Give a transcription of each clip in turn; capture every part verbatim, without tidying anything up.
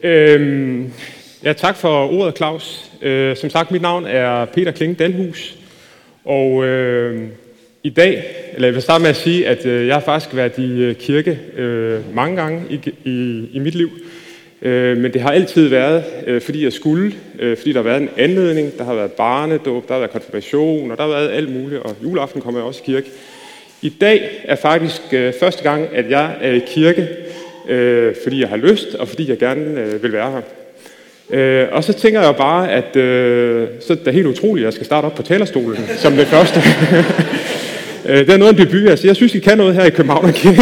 Øhm, ja, tak for ordet, Claus. Øh, som sagt, mit navn er Peter Klinge Dalhus, og øh, i dag, eller jeg vil starte med at sige, at øh, jeg har faktisk været i kirke øh, mange gange i, i, i mit liv, øh, men det har altid været, øh, fordi jeg skulle, øh, fordi der har været en anledning, der har været barnedåb, der har været konfirmation, og der har været alt muligt, og juleaften kommer jeg også i kirke. I dag er faktisk øh, første gang, at jeg er i kirke, øh, fordi jeg har lyst, og fordi jeg gerne øh, vil være her. Øh, og så tænker jeg bare, at øh, så er det helt utroligt, at jeg skal starte op på talerstolen som det første. øh, det er noget af en debut, altså jeg synes, I kan noget her i Københavnerkirken.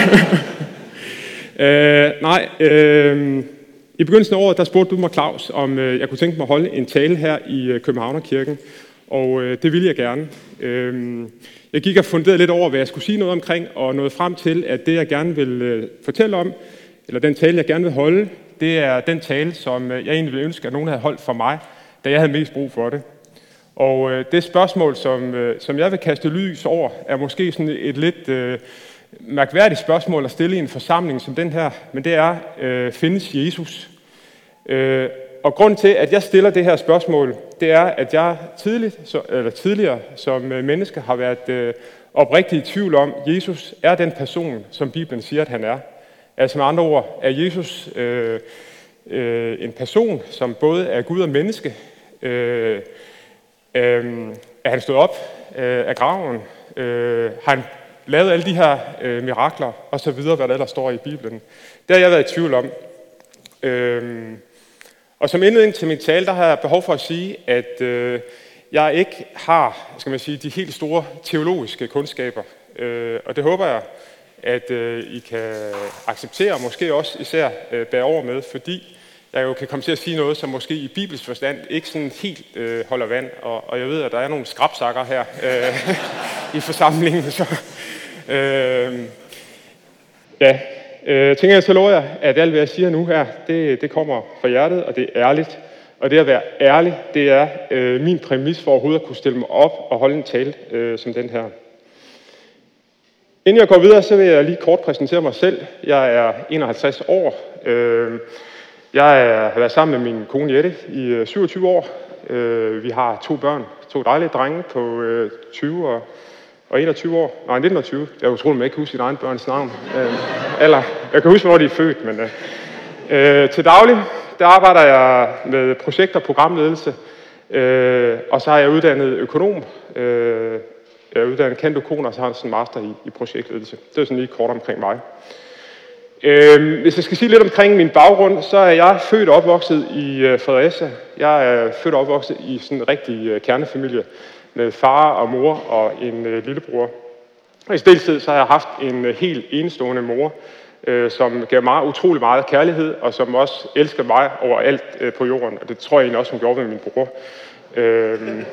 øh, nej, øh, i begyndelsen af året, der spurgte du mig, Claus, om øh, jeg kunne tænke mig at holde en tale her i øh, Københavnerkirken, og øh, det ville jeg gerne. Øh, jeg gik og funderede lidt over, hvad jeg skulle sige noget omkring, og nåede frem til, at det, jeg gerne vil øh, fortælle om, eller den tale, jeg gerne vil holde, det er den tale, som jeg egentlig ville ønske, at nogen havde holdt for mig, da jeg havde mest brug for det. Og øh, det spørgsmål, som, øh, som jeg vil kaste lys over, er måske sådan et lidt øh, mærkværdigt spørgsmål at stille i en forsamling som den her, men det er, øh, findes Jesus? Øh, og grunden til, at jeg stiller det her spørgsmål, det er, at jeg tidligt, så, eller tidligere som menneske har været øh, oprigtigt i tvivl om, at Jesus er den person, som Bibelen siger, at han er. Altså med andre ord, er Jesus øh, øh, en person, som både er Gud og menneske. Øh, øh, er han stået op øh, af graven? Øh, har han lavet alle de her øh, mirakler? Og så videre, hvad der ellers står i Bibelen. Det har jeg været i tvivl om. Øh, og som indledning til min tale, der har jeg behov for at sige, at øh, jeg ikke har, skal man sige, de helt store teologiske kundskaber. Øh, og det håber jeg, at øh, I kan acceptere, og måske også især øh, bære over med, fordi jeg jo kan komme til at sige noget, som måske i bibelsk forstand ikke sådan helt øh, holder vand, og, og jeg ved, at der er nogle skrabsakker her øh, i forsamlingen, så øh, ja, øh, tænker jeg så lover jeg, at alt hvad jeg siger nu her, det, det kommer fra hjertet, og det er ærligt, og det at være ærlig, det er øh, min præmis for overhovedet at kunne stille mig op og holde en tale øh, som den her. Inden jeg går videre, så vil jeg lige kort præsentere mig selv. Jeg er enoghalvtreds år. Jeg har været sammen med min kone Jette i syvogtyve år. Vi har to børn, to dejlige drenge på tyve og enogtyve år. Nej, nitten og tyve. Jeg er utrolig, at jeg ikke huske sit egen børns navn. Eller, jeg kan huske, hvornår de er født, men til daglig, der arbejder jeg med projekt- og programledelse. Og så har jeg uddannet økonom. Jeg er uddannet kendt økonom, og så har jeg sådan en master i, i projektledelse. Det er sådan lige kort omkring mig. Øhm, hvis jeg skal sige lidt omkring min baggrund, så er jeg født og opvokset i øh, Fredericia. Jeg er født og opvokset i sådan en rigtig øh, kernefamilie med far og mor og en øh, lillebror. Og i stiltid så har jeg haft en øh, helt enestående mor, øh, som gav mig utrolig meget kærlighed, og som også elsker mig overalt øh, på jorden. Og det tror jeg egentlig også, hun gjorde med min bror. Øhm,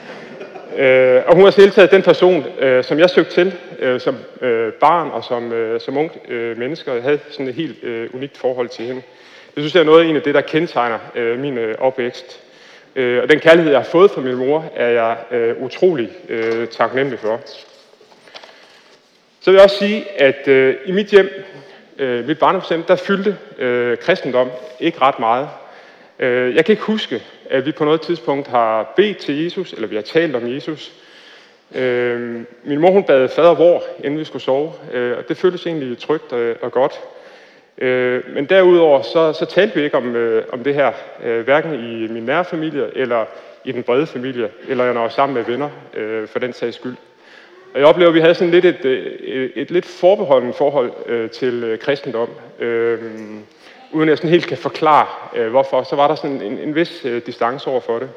Øh, og hun har hele taget den person, øh, som jeg søgte til øh, som øh, barn og som, øh, som ung øh, menneske, og jeg havde sådan et helt øh, unikt forhold til hende. Det synes jeg er noget af en af det, der kendetegner øh, min øh, opvækst. Øh, og den kærlighed, jeg har fået fra min mor, er jeg øh, utrolig øh, taknemmelig for. Så vil jeg også sige, at øh, i mit hjem, øh, mit barndomshjem, der fyldte øh, kristendom ikke ret meget. Øh, jeg kan ikke huske, at vi på noget tidspunkt har bedt til Jesus, eller vi har talt om Jesus. Øh, min mor, hun bad fader vor, inden vi skulle sove, øh, og det føltes egentlig trygt og, og godt. Øh, men derudover, så, så talte vi ikke om, øh, om det her, øh, hverken i min nære familie, eller i den brede familie, eller når jeg var sammen med venner, øh, for den sags skyld. Og jeg oplever, at vi havde sådan lidt et, et, et lidt forbeholdent forhold øh, til øh, kristendom. Øh, uden jeg sådan helt kan forklare, øh, hvorfor, så var der sådan en, en vis øh, distance over for det.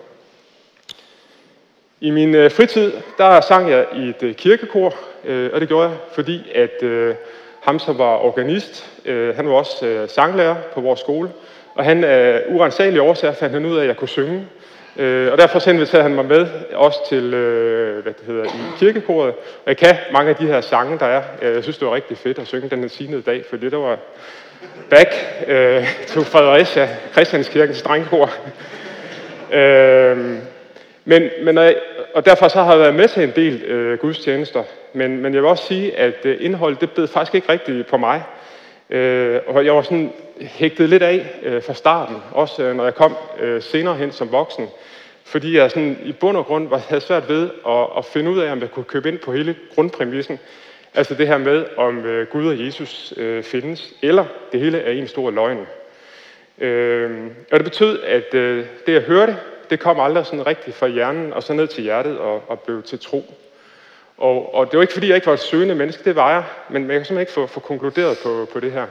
I min øh, fritid, der sang jeg i et øh, kirkekor, øh, og det gjorde jeg, fordi at øh, ham, som var organist, øh, han var også øh, sanglærer på vores skole, og han af øh, uransagelige årsager fandt han ud af, at jeg kunne synge. Øh, og derfor så inviterede han mig med, også til øh, hvad det hedder, i kirkekoret. Og jeg kan mange af de her sange, der er. Jeg synes, det var rigtig fedt at synge den her signede dag, for det der var back øh, til Fredericia, Christianskirkens drengekor. øh, men, men, og derfor så har jeg været med til en del øh, gudstjenester. Men, men jeg vil også sige, at øh, indholdet, det blev faktisk ikke rigtigt på mig. Øh, og jeg var sådan hægtede lidt af øh, fra starten, også øh, når jeg kom øh, senere hen som voksen, fordi jeg sådan, i bund og grund var, havde svært ved at, at finde ud af, om jeg kunne købe ind på hele grundpræmissen, altså det her med, om øh, Gud og Jesus øh, findes, eller det hele er en stor løgn. Øh, og det betød, at øh, det jeg hørte, det kom aldrig sådan rigtigt fra hjernen og så ned til hjertet og, og blev til tro. Og, og det var ikke fordi, jeg ikke var et søgende menneske, det var jeg, men jeg kan simpelthen ikke få, få konkluderet på, på det her.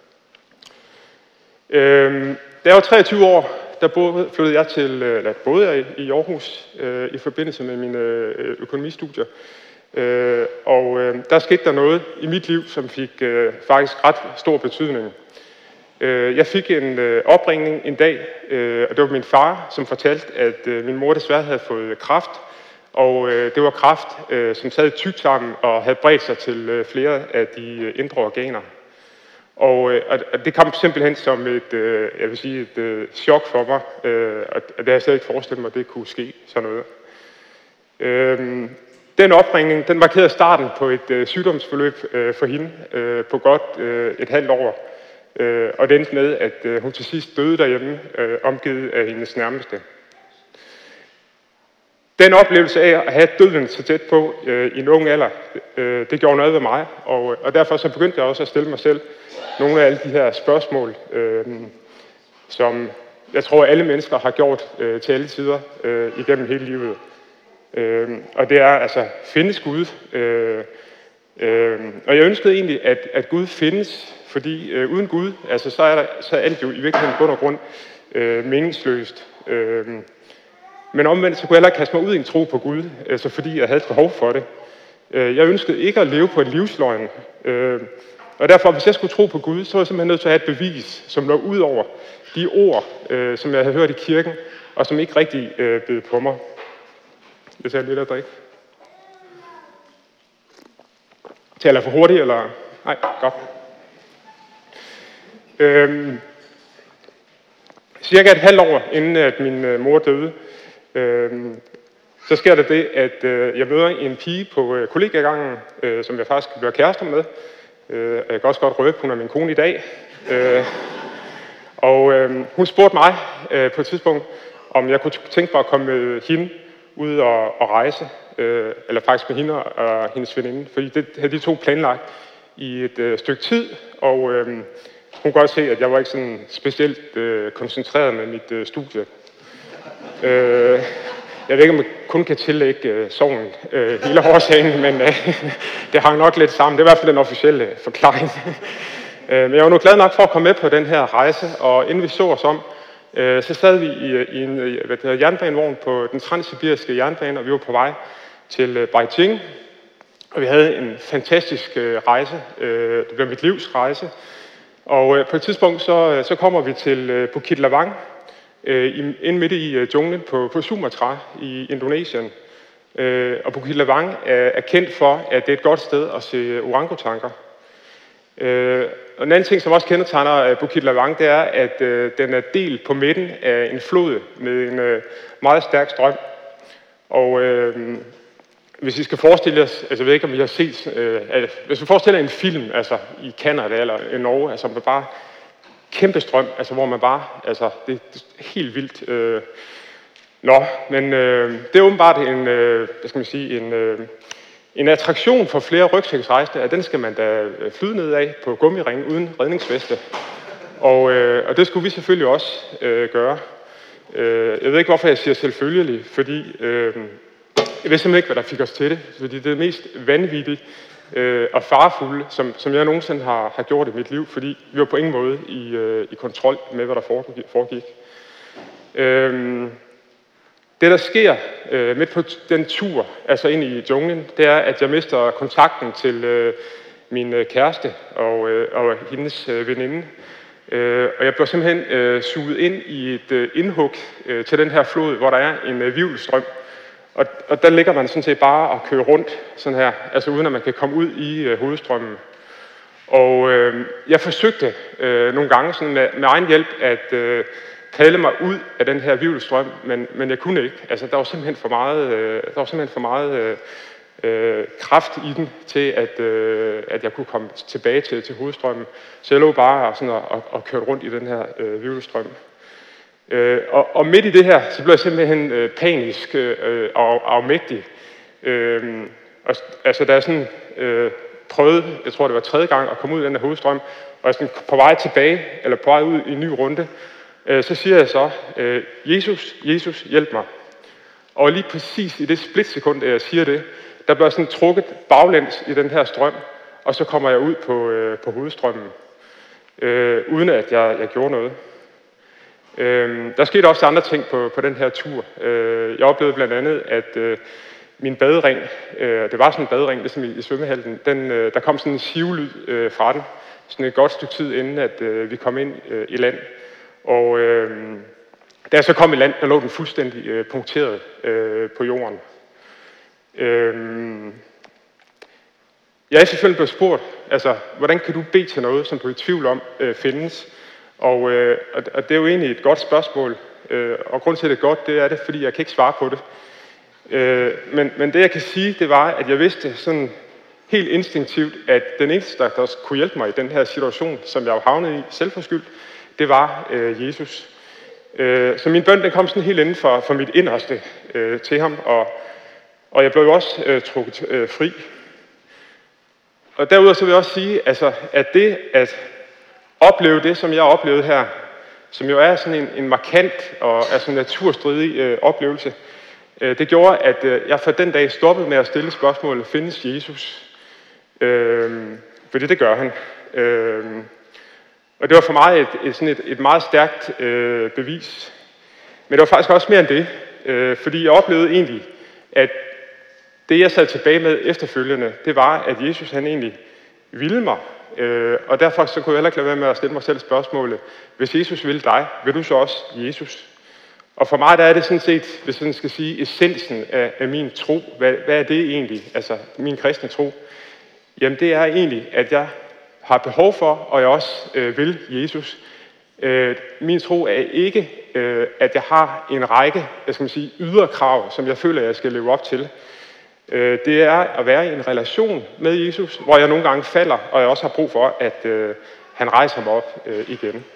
Øhm, da jeg var treogtyve år, der boede, flyttede jeg til, eller boede jeg i Aarhus øh, i forbindelse med mine øh, økonomistudier. Øh, og øh, der skete der noget i mit liv, som fik øh, faktisk ret stor betydning. Øh, jeg fik en øh, opringning en dag, øh, og det var min far, som fortalte, at øh, min mor desværre havde fået kræft. Og øh, det var kræft, øh, som sad i tyktarmen og havde bredt sig til øh, flere af de øh, indre organer. Og, øh, og det kom simpelthen som et, øh, jeg vil sige, et øh, chok for mig, øh, og det har jeg slet ikke forestillet mig, at det kunne ske sådan noget. Øh, den opringning, den markerede starten på et øh, sygdomsforløb øh, for hende øh, på godt øh, et halvt år. Øh, og det endte med, at øh, hun til sidst døde derhjemme, øh, omgivet af hendes nærmeste. Den oplevelse af at have døden så tæt på øh, i en ung alder, øh, det gjorde noget ved mig, og, og derfor så begyndte jeg også at stille mig selv nogle af alle de her spørgsmål, øh, som jeg tror alle mennesker har gjort øh, til alle tider øh, igennem hele livet. Øh, og det er altså, findes Gud? Øh, øh, og jeg ønskede egentlig, at, at Gud findes, fordi øh, uden Gud, altså, så, er der, så er alt jo i virkeligheden bund og grund øh, meningsløst. Øh, Men omvendt, så kunne jeg heller ikke kaste mig ud i en tro på Gud, altså fordi jeg havde et behov for det. Jeg ønskede ikke at leve på en livsløgn. Og derfor, hvis jeg skulle tro på Gud, så var jeg simpelthen nødt til at have et bevis, som lå ud over de ord, som jeg havde hørt i kirken, og som ikke rigtig bed på mig. Jeg tager lidt at drikke. Taler jeg for hurtigt, eller? Nej, godt. Øhm, cirka et halvt år inden at min mor døde, Øhm, så sker der det, at øh, jeg møder en pige på øh, kollegagangen, øh, som jeg faktisk bliver kærester med. Øh, jeg kan også godt røbe, hun er min kone i dag. Øh, og øh, hun spurgte mig øh, på et tidspunkt, om jeg kunne tænke mig at komme med hende ud og, og rejse, øh, eller faktisk med hende og hendes veninde, fordi det havde de to planlagt i et øh, stykke tid, og øh, hun kunne godt se, at jeg var ikke sådan specielt øh, koncentreret med mit øh, studie. Øh, jeg ved ikke, om jeg kun kan tillægge øh, sorgen øh, hele årsagen, men øh, det hang nok lidt sammen. Det er i hvert fald den officielle forklaring. øh, men jeg var nu glad nok for at komme med på den her rejse, og inden vi så os om, øh, så sad vi i, i en hvad det hedder, jernbanevogn på den transsibiriske jernbane, og vi var på vej til øh, Beijing. Og vi havde en fantastisk øh, rejse. Øh, det blev mit livs rejse. Og øh, på et tidspunkt, så, så kommer vi til øh, Bukit Lawang, inde midt i uh, junglen på, på Sumatra i Indonesien. Uh, og Bukit Lawang er, er kendt for, at det er et godt sted at se orangutanker. Uh, og en anden ting, som også kendetegner uh, Bukit Lawang, det er, at uh, den er delt på midten af en flod med en uh, meget stærk strøm. Og uh, hvis I skal forestille jer, altså jeg ved ikke, om I har set, uh, altså, hvis vi forestiller en film, altså i Canada eller i Norge, altså man bare kæmpe strøm, altså hvor man bare, altså det, det er helt vildt. Øh. Nå, men øh, det er åbenbart en, øh, hvad skal man sige, en, øh, en attraktion for flere rygsæksrejsende, at den skal man da flyde ned af på gummiring uden redningsveste. Og, øh, og det skulle vi selvfølgelig også øh, gøre. Øh, jeg ved ikke, hvorfor jeg siger selvfølgelig, fordi øh, jeg ved simpelthen ikke, hvad der fik os til det, fordi det er det mest vanvittige øh, og farefulde, som, som jeg nogensinde har, har gjort i mit liv, fordi vi var på ingen måde i, øh, i kontrol med, hvad der foregik. Øh, det, der sker øh, midt på den tur, altså ind i junglen, det er, at jeg mister kontakten til øh, min øh, kæreste og, øh, og hendes øh, veninde. Øh, og jeg bliver simpelthen øh, suget ind i et øh, indhug øh, til den her flod, hvor der er en øh, hvirvelstrøm. Og, og der ligger man sådan set bare og kører rundt sådan her, altså uden at man kan komme ud i øh, hovedstrømmen. Og øh, jeg forsøgte øh, nogle gange sådan med, med egen hjælp at øh, padle mig ud af den her hvirvelstrøm, men, men jeg kunne ikke. Altså der var simpelthen for meget, øh, der var simpelthen for meget øh, kraft i den til, at, øh, at jeg kunne komme tilbage til, til hovedstrømmen. Så jeg lå bare sådan og, og, og kørte rundt i den her øh, hvirvelstrøm. Øh, og, og midt i det her, så blev jeg simpelthen øh, panisk øh, og afmægtig. Øh, og, altså, da jeg sådan øh, prøvede, jeg tror det var tredje gang, at komme ud af den her hovedstrøm, og jeg sådan på vej tilbage, eller på vej ud i en ny runde, øh, så siger jeg så, øh, Jesus, Jesus, hjælp mig. Og lige præcis i det splitsekund, da jeg siger det, der bliver sådan trukket baglæns i den her strøm, og så kommer jeg ud på, øh, på hovedstrømmen, øh, uden at jeg, jeg gjorde noget. Øh, der skete også andre ting på, på den her tur. Øh, jeg oplevede blandt andet, at øh, min badering, øh, det var sådan en badering, ligesom i, i svømmehallen, den, øh, der kom sådan en sivlyd øh, fra den, sådan et godt stykke tid inden, at øh, vi kom ind øh, i land. Og øh, da jeg så kom i land, der lå den fuldstændig øh, punkteret øh, på jorden. Øh, jeg er selvfølgelig blevet spurgt, altså, hvordan kan du bede til noget, som du er i tvivl om øh, findes? Og, øh, og det er jo egentlig et godt spørgsmål, øh, og grund til, at det er godt, det er det, fordi jeg kan ikke svare på det. Øh, men, men det jeg kan sige, det var, at jeg vidste sådan helt instinktivt, at den eneste, der kunne hjælpe mig i den her situation, som jeg jo havnede i selvforskyldt, det var øh, Jesus. Øh, så min bøn, den kom sådan helt inden for, for mit inderste øh, til ham, og, og jeg blev jo også øh, trukket øh, fri. Og derudover så vil jeg også sige, altså, at det at opleve det, som jeg oplevede her, som jo er sådan en, en markant og altså naturstridig øh, oplevelse, øh, det gjorde, at øh, jeg for den dag stoppede med at stille spørgsmålet, findes Jesus? Øh, fordi det gør han. Øh, og det var for mig et, et, sådan et, et meget stærkt øh, bevis. Men det var faktisk også mere end det, øh, fordi jeg oplevede egentlig, at det jeg sad tilbage med efterfølgende, det var, at Jesus han egentlig ville mig. Øh, og derfor så kunne jeg heller ikke lade være med at stille mig selv spørgsmålet, hvis Jesus vil dig, vil du så også Jesus? Og for mig der er det sådan set, hvis man skal sige, essensen af, af min tro. Hvad, hvad er det egentlig, altså min kristne tro? Jamen det er egentlig, at jeg har behov for, og jeg også øh, vil Jesus. Øh, min tro er ikke, øh, at jeg har en række, jeg skal sige, ydre krav, som jeg føler, jeg skal leve op til. Øh, det er at være i en relation med Jesus, hvor jeg nogle gange falder, og jeg også har brug for, at øh, han rejser mig op øh, igen.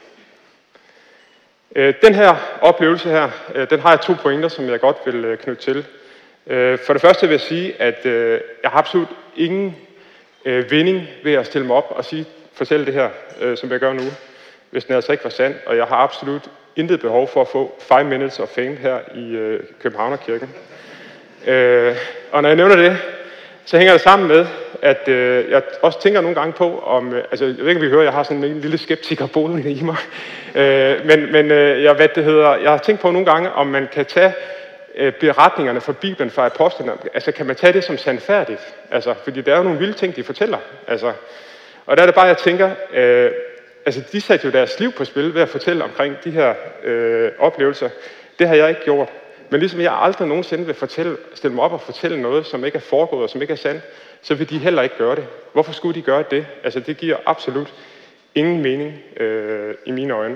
Øh, den her oplevelse her, øh, den har jeg to pointer, som jeg godt vil øh, knytte til. Øh, for det første vil jeg sige, at øh, jeg har absolut ingen øh, vinding ved at stille mig op og sige, fortælle det her, øh, som jeg gør nu, hvis den altså ikke var sand. Og jeg har absolut intet behov for at få five minutes of fame her i øh, Københavnerkirken. Øh, og når jeg nævner det, så hænger det sammen med, at øh, jeg også tænker nogle gange på, om, øh, altså jeg ved ikke, om vi hører, jeg har sådan en lille skeptiker boende i mig, øh, men, men øh, jeg, hvad det hedder, jeg har tænkt på nogle gange, om man kan tage øh, beretningerne fra Bibelen, fra apostlene, altså kan man tage det som sandfærdigt, altså, fordi der er jo nogle vilde ting, de fortæller, altså, og der er det bare, jeg tænker, øh, altså de satte jo deres liv på spil ved at fortælle omkring de her øh, oplevelser, det har jeg ikke gjort. Men ligesom jeg aldrig nogensinde vil fortælle, stille mig op og fortælle noget, som ikke er foregået og som ikke er sandt, så vil de heller ikke gøre det. Hvorfor skulle de gøre det? Altså det giver absolut ingen mening øh, i mine øjne.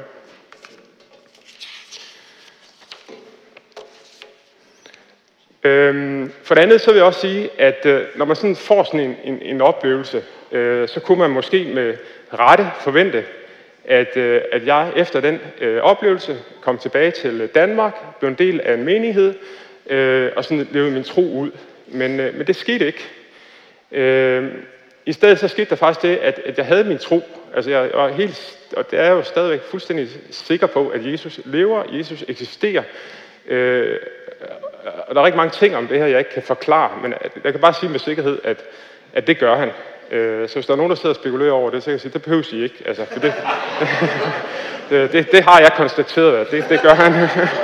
Øhm, for det andet så vil jeg også sige, at øh, når man sådan får sådan en, en, en oplevelse, øh, så kunne man måske med rette forvente, At, øh, at jeg efter den øh, oplevelse kom tilbage til Danmark, blev en del af en menighed, øh, og sådan levede min tro ud. Men, øh, men det skete ikke. Øh, I stedet så skete der faktisk det, at, at jeg havde min tro. Altså jeg var helt, og det er jeg jo stadigvæk fuldstændig sikker på, at Jesus lever, Jesus eksisterer. Øh, og der er rigtig mange ting om det her, jeg ikke kan forklare, men jeg kan bare sige med sikkerhed, at, at det gør han. Så hvis der er nogen, der sidder og spekulerer over det, så kan jeg sige, det behøver I ikke. Altså, for det, det, det, det har jeg konstateret, at det, det gør han.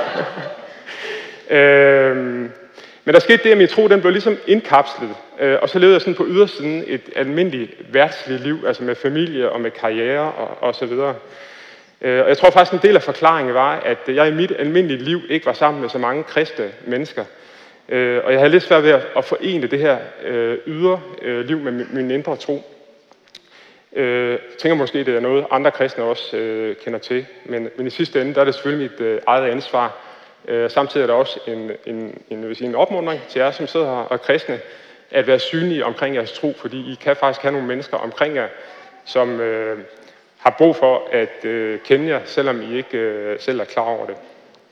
øhm, men der skete det, at min tro den blev ligesom indkapslet. Øh, og så levede jeg sådan på ydersiden et almindeligt værtsligt liv, altså med familie og med karriere og, og så videre. Øh, og jeg tror faktisk, en del af forklaringen var, at jeg i mit almindelige liv ikke var sammen med så mange kristne mennesker. Øh, og jeg havde lidt svært ved at, at forene det her øh, ydre øh, liv med min, min indre tro. Øh, jeg tænker måske, det er noget, andre kristne også øh, kender til. Men, men i sidste ende, der er det selvfølgelig mit øh, eget ansvar. Øh, samtidig er der også en, en, en, vil sige, en opmuntring til jer, som sidder her og er kristne. at være synlige omkring jeres tro, fordi I kan faktisk have nogle mennesker omkring jer, som øh, har brug for at øh, kende jer, selvom I ikke øh, selv er klar over det.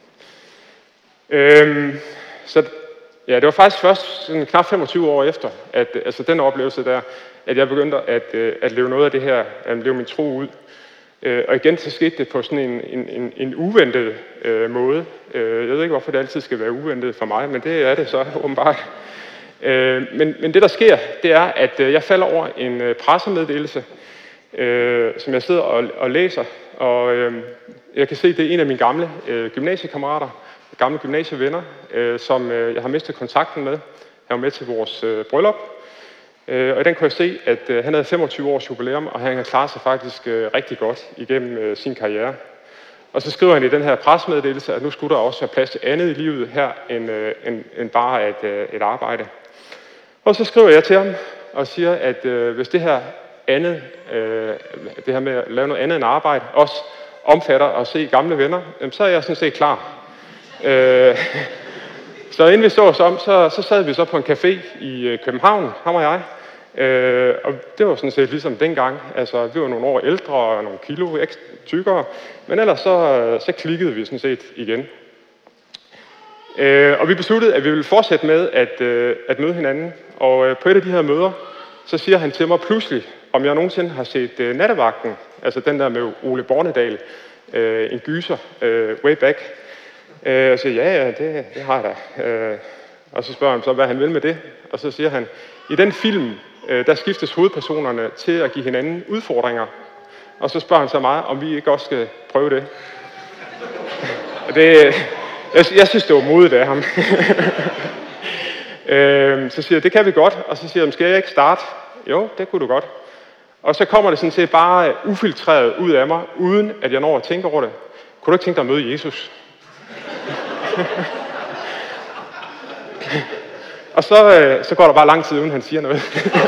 Øhm, så ja, det var faktisk først sådan knap femogtyve år efter, at altså den oplevelse der, at jeg begyndte at, øh, at leve noget af det her, at leve min tro ud. Øh, og igen så skete det på sådan en, en, en, en uventet øh, måde. Øh, jeg ved ikke, hvorfor det altid skal være uventet for mig, men det er det så åbenbart. Øh, men, men det der sker, det er, at øh, jeg falder over en øh, pressemeddelelse, øh, som jeg sidder og, og læser, og øh, jeg kan se, det er en af mine gamle øh, gymnasiekammerater, gamle gymnasievenner, øh, som øh, jeg har mistet kontakten med. Han var med til vores øh, bryllup, øh, og i den kunne jeg se, at øh, han havde femogtyve års jubilæum, og han havde klaret sig faktisk øh, rigtig godt igennem øh, sin karriere. Og så skriver han i den her pressemeddelelse, at nu skulle der også være plads til andet i livet her, end, øh, end, end bare et, øh, et arbejde. Og så skriver jeg til ham og siger, at øh, hvis det her andet, øh, det her med at lave noget andet end arbejde, også omfatter at se gamle venner, øh, så er jeg sådan set klar. Øh, så inden vi så os om, så, så sad vi så på en café i øh, København, ham og jeg. Øh, og det var sådan set ligesom dengang. Altså, vi var nogle år ældre og nogle kilo ekstra tykkere, men ellers så, så klikkede vi sådan set igen. Øh, og vi besluttede, at vi ville fortsætte med at, øh, at møde hinanden. Og øh, på et af de her møder, så siger han til mig pludselig, om jeg nogensinde har set øh, Nattevagten, altså den der med Ole Bornedal, øh, en gyser, øh, way back. Øh, og så siger ja, ja, det, det har jeg da. Øh, og så spørger han så, hvad han vil med det. Og så siger han, i den film, øh, der skiftes hovedpersonerne til at give hinanden udfordringer. Og så spørger han så meget, om vi ikke også skal prøve det. Og det, jeg, jeg synes, det var modigt af ham. øh, så siger jeg, det kan vi godt. Og så siger jeg, skal jeg ikke starte? Jo, det kunne du godt. Og så kommer det sådan set bare ufiltreret ud af mig, uden at jeg når at tænke over det. Kunne du ikke tænke dig at møde Jesus? Og så, øh, så går der bare lang tid, uden han siger noget.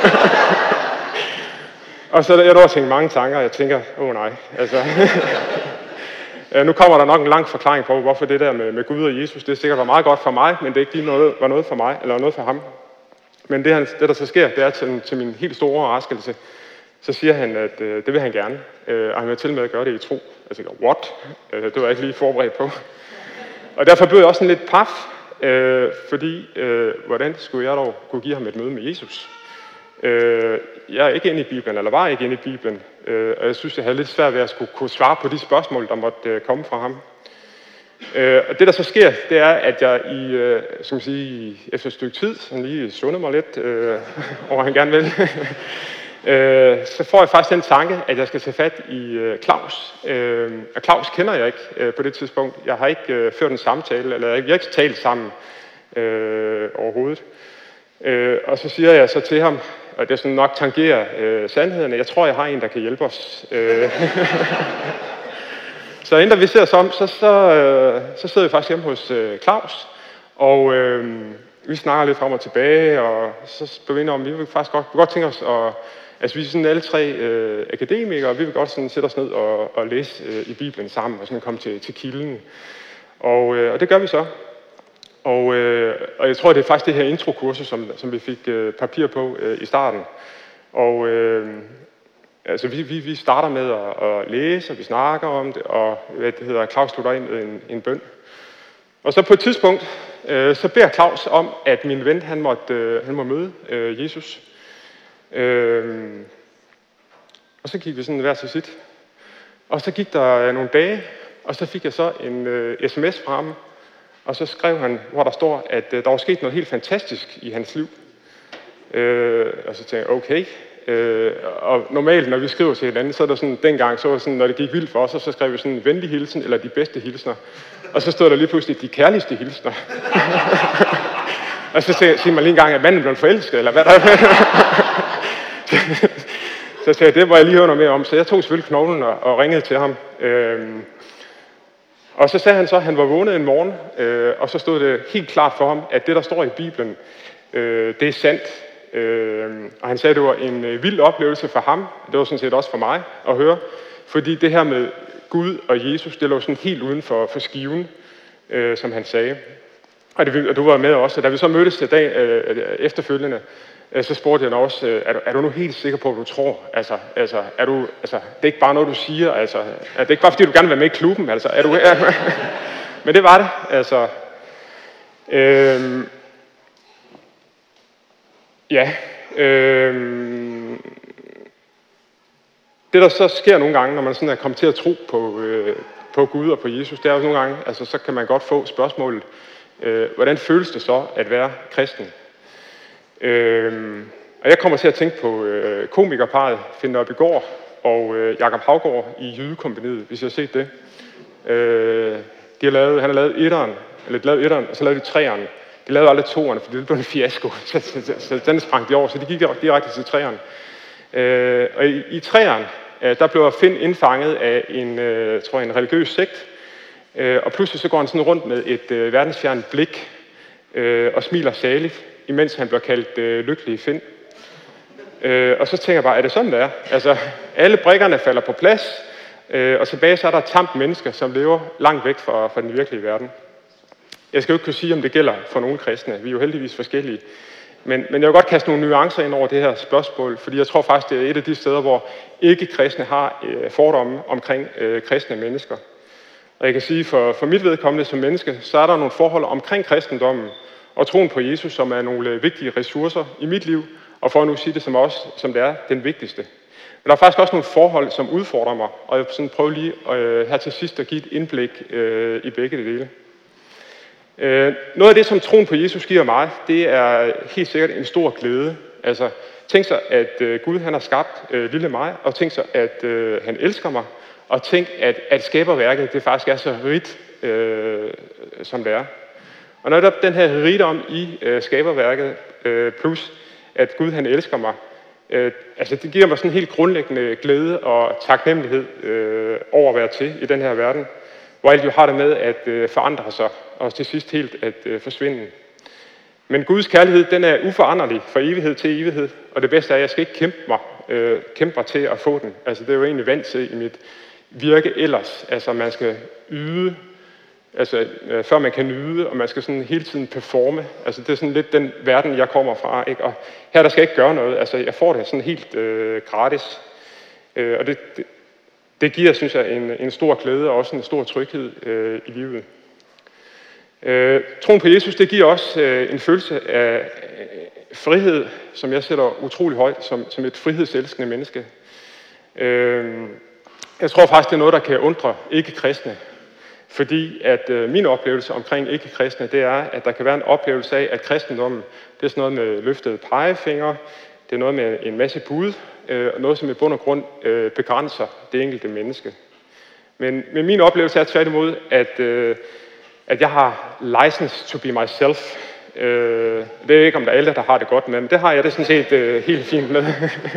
Og så jeg når at tænke mange tanker, og jeg tænker, åh oh, nej, altså... øh, nu kommer der nok en lang forklaring på, hvorfor det der med, med Gud og Jesus, det er sikkert var meget godt for mig, men det er ikke lige noget, var noget for mig, eller noget for ham. Men det, han, det der så sker, det er til, til min helt store overraskelse, så siger han, at øh, det vil han gerne, øh, og han vil til med at gøre det i tro. Jeg tænker, what? Øh, det var jeg ikke lige forberedt på. Og derfor blev jeg også sådan lidt paf, øh, fordi øh, hvordan skulle jeg dog kunne give ham et møde med Jesus? Øh, jeg er ikke inde i Bibelen, eller var ikke inde i Bibelen, øh, og jeg synes, jeg havde lidt svært ved at skulle kunne svare på de spørgsmål, der måtte øh, komme fra ham. Øh, og det, der så sker, det er, at jeg i, øh, som man sige, efter et stykke tid, sådan lige sundede mig lidt øh, over, han gerne vil, øh, så får jeg faktisk den tanke, at jeg skal tage fat i øh, Claus. Øh, og Claus kender jeg ikke øh, på det tidspunkt. Jeg har ikke øh, ført en samtale, eller vi har ikke talt sammen øh, overhovedet. Øh, og så siger jeg så til ham, og det sådan nok tangerer øh, sandheden, jeg tror, jeg har en, der kan hjælpe os. Øh. Så inden vi ser os om, så, så, øh, så sidder vi faktisk hjemme hos øh, Claus, og øh, vi snakker lidt frem og tilbage, og så blev vi enige om, vi vil faktisk godt, vi vil godt tænke os, at, altså vi er sådan alle tre øh, akademikere, og vi vil godt sådan sætte os ned og, og læse øh, i Bibelen sammen, og sådan komme til, til kilden. Og, øh, og det gør vi så. Og, øh, og jeg tror, det er faktisk det her introkursus, som, som vi fik øh, papir på øh, i starten. Og øh, altså, vi, vi, vi starter med at, at læse, og vi snakker om det, og hvad det hedder, Claus slutter ind med en, en bøn. Og så på et tidspunkt, øh, så beder Claus om, at min ven, han måtte, øh, han må møde øh, Jesus. Øh, og så gik vi sådan hver til sit. Og så gik der nogle dage, og så fik jeg så en øh, sms fra ham, og så skrev han, hvor der står, at øh, der var sket noget helt fantastisk i hans liv. Øh, og så tænkte jeg, okay. Øh, og normalt, når vi skriver til hinanden, så er der sådan, dengang, så var det sådan, når det gik vildt for os, så skrev vi sådan en venlig hilsen, eller de bedste hilsner. Og så stod der lige pludselig, de kærligste hilsner. Og så siger man lige en gang, at manden blev forelsket, eller hvad der er. Så sagde jeg, det var jeg lige høre noget mere om. Så jeg tog selvfølgelig knoglen og, og ringede til ham. Øh, Og så sagde han så, at han var vågnet en morgen, øh, og så stod det helt klart for ham, at det, der står i Bibelen, øh, det er sandt. Øh, og han sagde, at det var en øh, vild oplevelse for ham. Det var sådan set også for mig at høre. Fordi det her med Gud og Jesus, det lå sådan helt uden for, for skiven, øh, som han sagde. Og, det, og du var med også. Og da vi så mødtes dag øh, efterfølgende, Øh, så spurgte jeg hende også, øh, er, du, er du nu helt sikker på, at du tror? Altså, altså, er du, altså, det er ikke bare noget, du siger. Altså, er det ikke bare, fordi du gerne vil være med i klubben? Altså, er du, er, men det var det. Altså, øh, ja. Øh, det, der så sker nogle gange, når man sådan er kommet til at tro på, øh, på Gud og på Jesus, det er jo nogle gange, altså, så kan man godt få spørgsmålet, øh, hvordan føles det så at være kristen? Øh, og jeg kommer til at tænke på øh, komikerparet Finn Nørbegaard og øh, Jakob Haugaard i Jydekompagniet, hvis I har set det. Øh, de har lavet, han har lavet etteren, eller de lavede etteren, og så lavede de treeren. De lavede aldrig toeren, for det blev en fiasko, så, så, så, så den sprang de over, så de gik direkte til treeren. Øh, og i, i treeren, øh, der blev Finn indfanget af en, øh, tror jeg, en religiøs sekt, øh, og pludselig så går han sådan rundt med et øh, verdensfjernt blik øh, og smiler saligt, imens han bliver kaldt øh, lykkelig Finn. Øh, og så tænker jeg bare, er det sådan, det er? Altså, alle brikkerne falder på plads, øh, og tilbage så er der et tamt mennesker, som lever langt væk fra, fra den virkelige verden. Jeg skal jo ikke kunne sige, om det gælder for nogle kristne. Vi er jo heldigvis forskellige. Men, men jeg vil godt kaste nogle nuancer ind over det her spørgsmål, fordi jeg tror faktisk, det er et af de steder, hvor ikke-kristne har øh, fordomme omkring øh, kristne mennesker. Og jeg kan sige, for, for mit vedkommende som menneske, så er der nogle forhold omkring kristendommen og troen på Jesus, som er nogle vigtige ressourcer i mit liv, og for at nu sige det som også, som det er, den vigtigste. Men der er faktisk også nogle forhold, som udfordrer mig, og jeg vil sådan prøve lige øh, her til sidst at give et indblik øh, i begge dele. Øh, noget af det, som troen på Jesus giver mig, det er helt sikkert en stor glæde. Altså, tænk sig, at øh, Gud han har skabt øh, lille mig, og tænk sig, at øh, han elsker mig, og tænk, at, at skaberværket det faktisk er så rigt, øh, som det er. Og når der den her rigdom i øh, skaberværket, øh, plus at Gud han elsker mig, øh, altså det giver mig sådan en helt grundlæggende glæde og taknemmelighed øh, over at være til i den her verden, hvor alt jo har det med at øh, forandre sig, og til sidst helt at øh, forsvinde. Men Guds kærlighed, den er uforanderlig fra evighed til evighed, og det bedste er, at jeg skal ikke kæmpe mig, øh, kæmpe mig til at få den. Altså det er jo egentlig vant til i mit virke ellers. Altså man skal yde, altså øh, før man kan nyde, og man skal sådan hele tiden performe. Altså det er sådan lidt den verden, jeg kommer fra, ikke? Og her der skal jeg ikke gøre noget. Altså jeg får det sådan helt øh, gratis. Øh, og det, det, det giver, synes jeg, en, en stor glæde og også en stor tryghed øh, i livet. Øh, troen på Jesus, det giver også øh, en følelse af øh, frihed, som jeg sætter utrolig højt, som, som et frihedselskende menneske. Øh, jeg tror faktisk, det er noget, der kan undre ikke-kristne. Fordi at øh, min oplevelse omkring ikke-kristne, det er, at der kan være en oplevelse af, at kristendommen, det er sådan noget med løftede pegefingre, det er noget med en masse bud, øh, og noget, som i bund og grund øh, begrænser det enkelte menneske. Men, men min oplevelse er tværtimod, at, øh, at jeg har license to be myself. Øh, det er ikke, om der er alle, der har det godt med, men det har jeg det sådan set øh, helt fint med.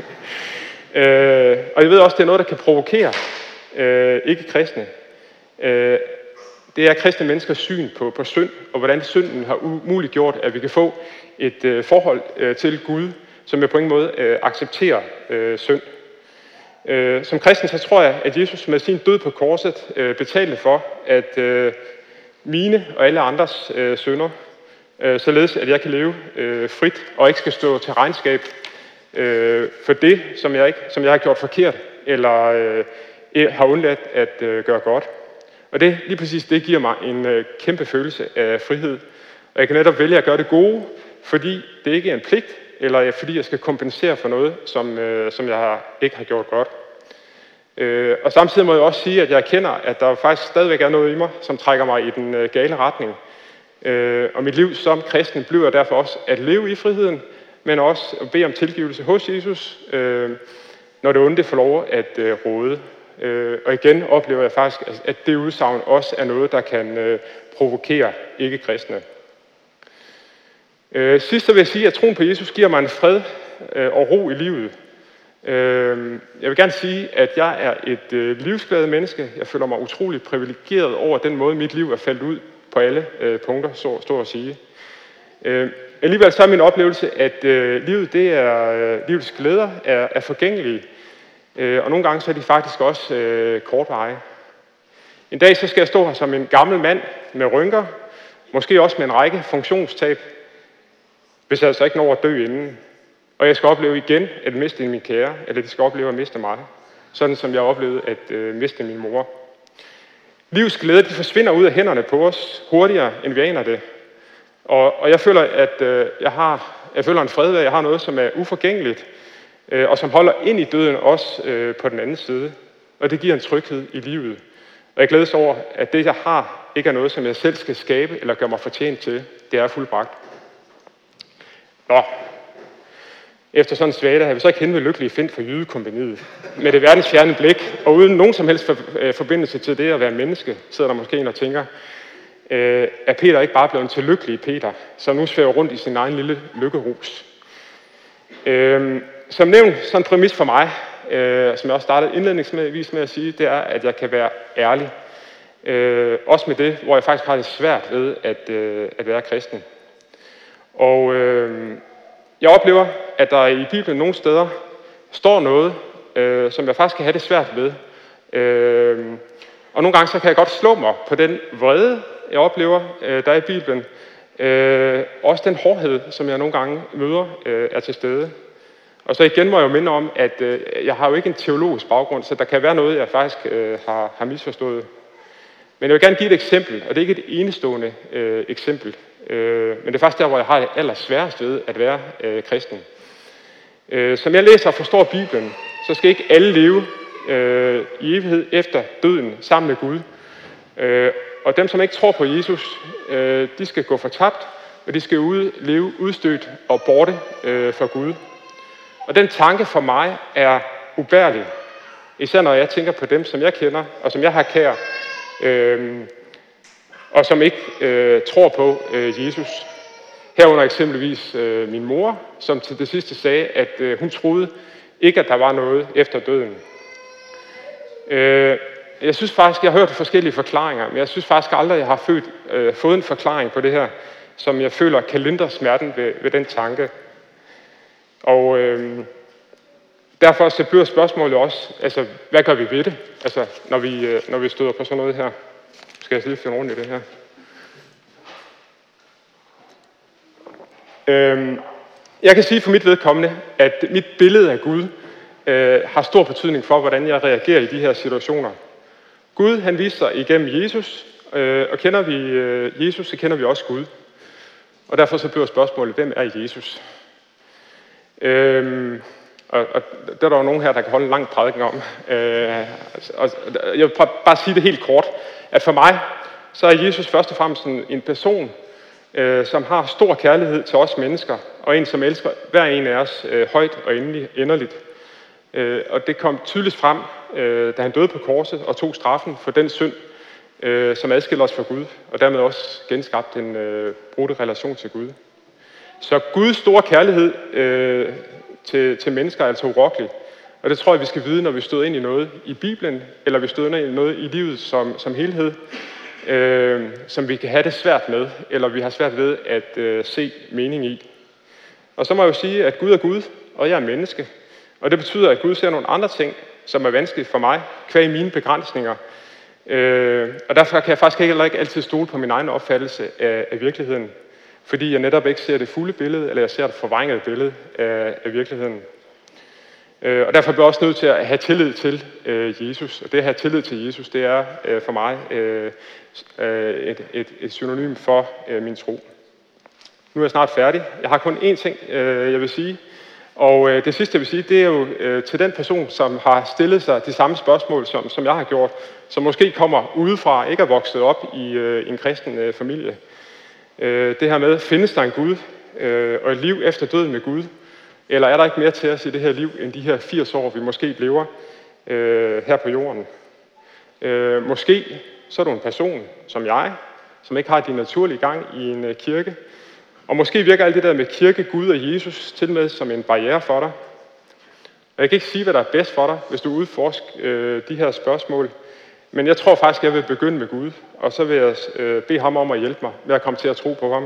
øh, og jeg ved også, det er noget, der kan provokere øh, ikke-kristne. Øh, det er kristne menneskers syn på, på synd, og hvordan synden har umuliggjort, at vi kan få et øh, forhold øh, til Gud, som jeg på ingen måde øh, accepterer øh, synd. Øh, som kristen så tror jeg, at Jesus med sin død på korset øh, betalte for, at øh, mine og alle andres øh, synder, øh, således at jeg kan leve øh, frit og ikke skal stå til regnskab øh, for det, som jeg, ikke, som jeg har gjort forkert, eller øh, har undladt at øh, gøre godt. Og det, lige præcis det giver mig en øh, kæmpe følelse af frihed. Og jeg kan netop vælge at gøre det gode, fordi det ikke er en pligt, eller fordi jeg skal kompensere for noget, som, øh, som jeg har, ikke har gjort godt. Øh, og samtidig må jeg også sige, at jeg erkender, at der faktisk stadigvæk er noget i mig, som trækker mig i den øh, gale retning. Øh, og mit liv som kristen bliver derfor også at leve i friheden, men også at bede om tilgivelse hos Jesus, øh, når det onde får lov at øh, råde. Øh, og igen oplever jeg faktisk, at det udsagn også er noget, der kan øh, provokere ikke-kristne. Øh, sidst så vil jeg sige, at troen på Jesus giver mig en fred øh, og ro i livet. Øh, jeg vil gerne sige, at jeg er et øh, livsglad menneske. Jeg føler mig utroligt privilegeret over den måde, mit liv er faldet ud på alle øh, punkter, så står at sige. Øh, alligevel så er min oplevelse, at øh, livet, det er, øh, livets glæder er, er forgængelige. Øh, og nogle gange så er de faktisk også øh, kortvarige. En dag så skal jeg stå her som en gammel mand med rynker, måske også med en række funktionstab, hvis jeg altså ikke når at dø inden. og jeg skal opleve igen at miste min kære, eller de skal opleve at miste mig, sådan som jeg oplevede at øh, miste min mor. Livs glæde, de forsvinder ud af hænderne på os hurtigere, end vi aner det. Og, og jeg føler, at øh, jeg har, jeg føler en fred ved, at jeg har noget, som er uforgængeligt, øh, og som holder ind i døden også øh, på den anden side. Og det giver en tryghed i livet. Og jeg glædes over, at det, jeg har, ikke er noget, som jeg selv skal skabe eller gøre mig fortjent til. Det er fuldbragt. Nå. Efter sådan en svada har vi så ikke henvendt lykkelige find for jydekompagniet. Med det verdensfjerne blik, og uden nogen som helst for, øh, forbindelse til det at være menneske, sidder der måske en og tænker, øh, er Peter ikke bare blevet til lykkelige Peter, som nu svæver rundt i sin egen lille lykkerus? Øh, som nævnt, sådan en præmis for mig, øh, som jeg også startede indledningsvis med at sige, det er, at jeg kan være ærlig. Øh, også med det, hvor jeg faktisk har det svært ved at, øh, at være kristen. Og øh, jeg oplever, at der i Bibelen nogle steder står noget, øh, som jeg faktisk kan have det svært ved. Øh, og nogle gange så kan jeg godt slå mig på den vrede, jeg oplever, øh, der er i Bibelen. Øh, også den hårdhed, som jeg nogle gange møder, øh, er til stede. Og så igen må jeg jo minde om, at øh, jeg har jo ikke en teologisk baggrund, så der kan være noget, jeg faktisk øh, har, har misforstået. Men jeg vil gerne give et eksempel, og det er ikke et enestående øh, eksempel. Øh, men det er faktisk der, hvor jeg har det allersværest ved at være øh, kristen. Øh, som jeg læser og forstår Bibelen, så skal ikke alle leve øh, i evighed efter døden sammen med Gud. Øh, og dem, som ikke tror på Jesus, øh, de skal gå fortabt, og de skal ud, leve udstødt og borte øh, fra Gud. Og den tanke for mig er ubærlig. Især når jeg tænker på dem, som jeg kender, og som jeg har kær, øh, og som ikke øh, tror på øh, Jesus. Herunder eksempelvis øh, min mor, som til det sidste sagde, at øh, hun troede ikke, at der var noget efter døden. Øh, jeg synes faktisk, jeg har hørt forskellige forklaringer, men jeg synes faktisk aldrig, jeg har født, øh, fået en forklaring på det her, som jeg føler kan lindre smerten ved, ved den tanke. Og øh, derfor så bliver spørgsmålet også, altså, hvad gør vi ved det, altså, når, vi, øh, når vi støder på sådan noget her? Skal jeg lige finde ordentligt i det her? Øhm, jeg kan sige for mit vedkommende, at mit billede af Gud øh, har stor betydning for, hvordan jeg reagerer i de her situationer. Gud, han viser sig igennem Jesus, øh, og kender vi øh, Jesus, så kender vi også Gud. Og derfor så bliver spørgsmålet, hvem er Jesus? Øhm, og, og der er der jo nogen her, der kan holde en lang prædiken om. Øh, og, jeg vil bare sige det helt kort, at for mig, så er Jesus først og fremmest en, en person, øh, som har stor kærlighed til os mennesker, og en, som elsker hver en af os øh, højt og endelig, enderligt. Øh, og det kom tydeligt frem, øh, da han døde på korset og tog straffen for den synd, øh, som adskiller os fra Gud, og dermed også genskabte en øh, brudte relation til Gud. Så Guds store kærlighed øh, til, til mennesker er altså urokkelig. Og det tror jeg, vi skal vide, når vi støder ind i noget i Bibelen, eller vi støder ind i noget i livet som, som helhed, øh, som vi kan have det svært med, eller vi har svært ved at øh, se mening i. Og så må jeg jo sige, at Gud er Gud, og jeg er menneske. Og det betyder, at Gud ser nogle andre ting, som er vanskeligt for mig, kvæg mine begrænsninger. Øh, og derfor kan jeg faktisk heller ikke altid stole på min egen opfattelse af, af virkeligheden, fordi jeg netop ikke ser det fulde billede, eller jeg ser det forvrængede billede af, af virkeligheden. Øh, og derfor bliver jeg også nødt til at have tillid til øh, Jesus. Og det at have tillid til Jesus, det er øh, for mig øh, et, et, et synonym for øh, min tro. Nu er jeg snart færdig. Jeg har kun én ting, øh, jeg vil sige. Og øh, det sidste, jeg vil sige, det er jo øh, til den person, som har stillet sig de samme spørgsmål, som, som jeg har gjort, som måske kommer udefra, ikke er vokset op i øh, en kristen øh, familie. Øh, det her med, findes der en Gud, øh, og et liv efter døden med Gud? Eller er der ikke mere til os i det her liv, end de her firs år, vi måske lever øh, her på jorden? Øh, måske så er du en person som jeg, som ikke har din naturlige gang i en øh, kirke. Og måske virker alt det der med kirke, Gud og Jesus til med som en barriere for dig. Og jeg kan ikke sige, hvad der er bedst for dig, hvis du udforsker øh, de her spørgsmål. Men jeg tror faktisk, jeg vil begynde med Gud. Og så vil jeg øh, bede ham om at hjælpe mig med at komme til at tro på ham.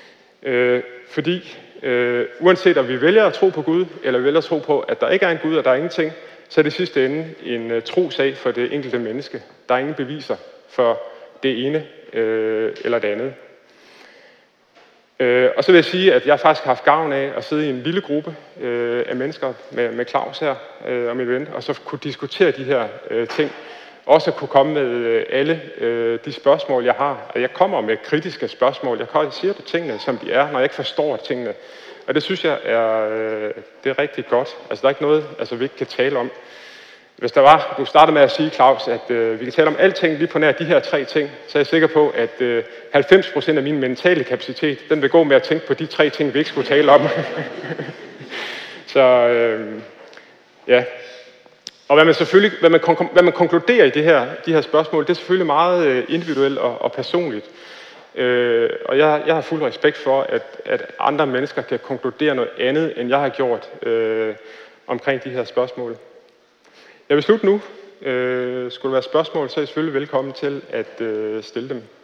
Øh, fordi øh, uanset om vi vælger at tro på Gud, eller vi vælger at tro på, at der ikke er en Gud, og der er ingenting, så er det sidste ende en øh, trosag for det enkelte menneske. Der er ingen beviser for det ene øh, eller det andet. Øh, og så vil jeg sige, at jeg faktisk har haft gavn af at sidde i en lille gruppe øh, af mennesker med, med Claus her øh, og min ven, og så kunne diskutere de her øh, ting. Også kunne komme med øh, alle øh, de spørgsmål, jeg har. Og jeg kommer med kritiske spørgsmål. Jeg siger på tingene, som de er, når jeg ikke forstår tingene. Og det synes jeg er, øh, det er rigtig godt. Altså der er ikke noget, altså, vi ikke kan tale om. Hvis der var, du startede med at sige, Claus, at øh, vi kan tale om alting lige på nær de her tre ting, så er jeg sikker på, at øh, halvfems procent af min mentale kapacitet, den vil gå med at tænke på de tre ting, vi ikke skulle tale om. så øh, ja. Og hvad man selvfølgelig, hvad man, hvad man konkluderer i det her, de her spørgsmål, det er selvfølgelig meget øh, individuelt og, og personligt. Øh, og jeg, jeg har fuld respekt for, at, at andre mennesker kan konkludere noget andet, end jeg har gjort øh, omkring de her spørgsmål. Jeg vil slutte nu. Øh, skulle der være spørgsmål, så er I selvfølgelig velkommen til at øh, stille dem.